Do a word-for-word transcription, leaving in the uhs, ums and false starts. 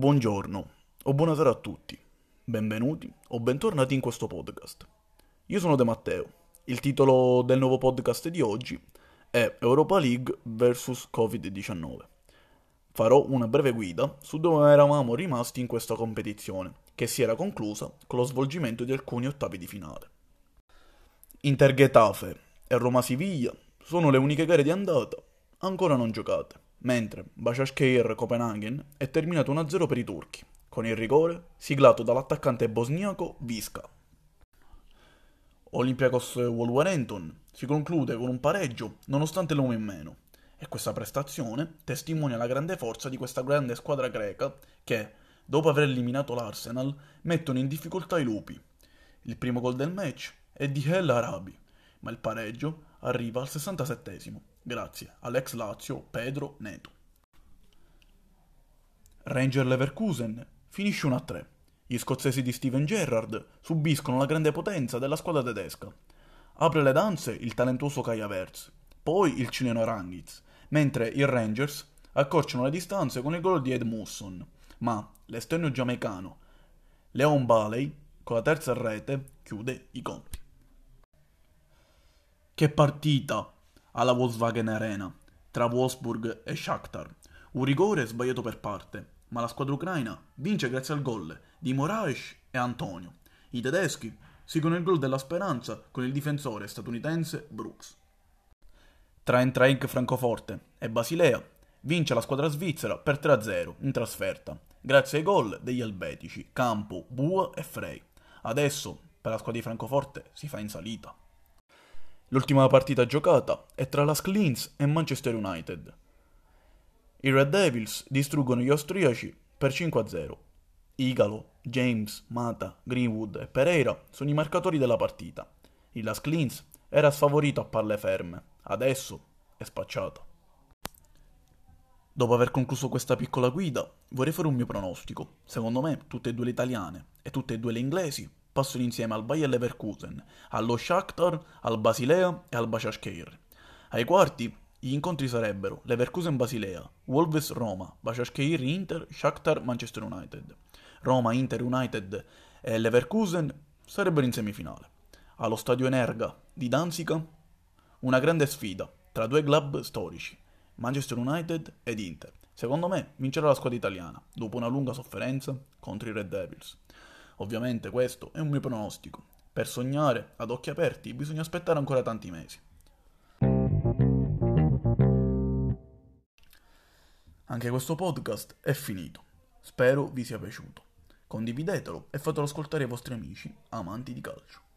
Buongiorno o buonasera a tutti, benvenuti o bentornati in questo podcast. Io sono De Matteo, il titolo del nuovo podcast di oggi è Europa League versus covid diciannove. Farò una breve guida su dove eravamo rimasti in questa competizione, che si era conclusa con lo svolgimento di alcuni ottavi di finale. Inter Getafe e Roma Siviglia sono le uniche gare di andata ancora non giocate, mentre Başakşehir Copenaghen è terminato uno a zero per i turchi, con il rigore siglato dall'attaccante bosniaco Viska. Olympiacos Wolverhampton si conclude con un pareggio nonostante l'uomo in meno, e questa prestazione testimonia la grande forza di questa grande squadra greca che, dopo aver eliminato l'Arsenal, mettono in difficoltà i lupi. Il primo gol del match è di El Arabi, ma il pareggio arriva al sessantasettesimo, grazie all'ex Lazio Pedro Neto. Ranger Leverkusen finisce uno a tre. Gli scozzesi di Steven Gerrard subiscono la grande potenza della squadra tedesca. Apre le danze il talentuoso Kai Havertz, poi il cileno Rangic, mentre i Rangers accorciano le distanze con il gol di Edmundson, ma l'esterno giamaicano Leon Bailey con la terza rete chiude i conti. Che partita alla Volkswagen Arena tra Wolfsburg e Shakhtar. Un rigore sbagliato per parte, ma la squadra ucraina vince grazie al gol di Moraes e Antonio. I tedeschi seguono il gol della speranza con il difensore statunitense Brooks. Tra Eintracht Francoforte e Basilea vince la squadra svizzera per tre a zero in trasferta, grazie ai gol degli elvetici Campo, Bua e Frey. Adesso per la squadra di Francoforte si fa in salita. L'ultima partita giocata è tra la Linz e Manchester United. I Red Devils distruggono gli austriaci per cinque a zero. Igalo, James, Mata, Greenwood e Pereira sono i marcatori della partita. Il Lask Linz era sfavorito a palle ferme, adesso è spacciata. Dopo aver concluso questa piccola guida, vorrei fare un mio pronostico. Secondo me, tutte e due le italiane e tutte e due le inglesi passano insieme al Bayer Leverkusen, allo Shakhtar, al Basilea e al Başakşehir. Ai quarti, gli incontri sarebbero Leverkusen-Basilea, Wolves-Roma, Başakşehir-Inter, Shakhtar-Manchester United. Roma-Inter United e Leverkusen sarebbero in semifinale. Allo stadio Energa di Danzica, una grande sfida tra due club storici, Manchester United ed Inter. Secondo me vincerà la squadra italiana, dopo una lunga sofferenza contro i Red Devils. Ovviamente questo è un mio pronostico. Per sognare ad occhi aperti bisogna aspettare ancora tanti mesi. Anche questo podcast è finito. Spero vi sia piaciuto. Condividetelo e fatelo ascoltare ai vostri amici amanti di calcio.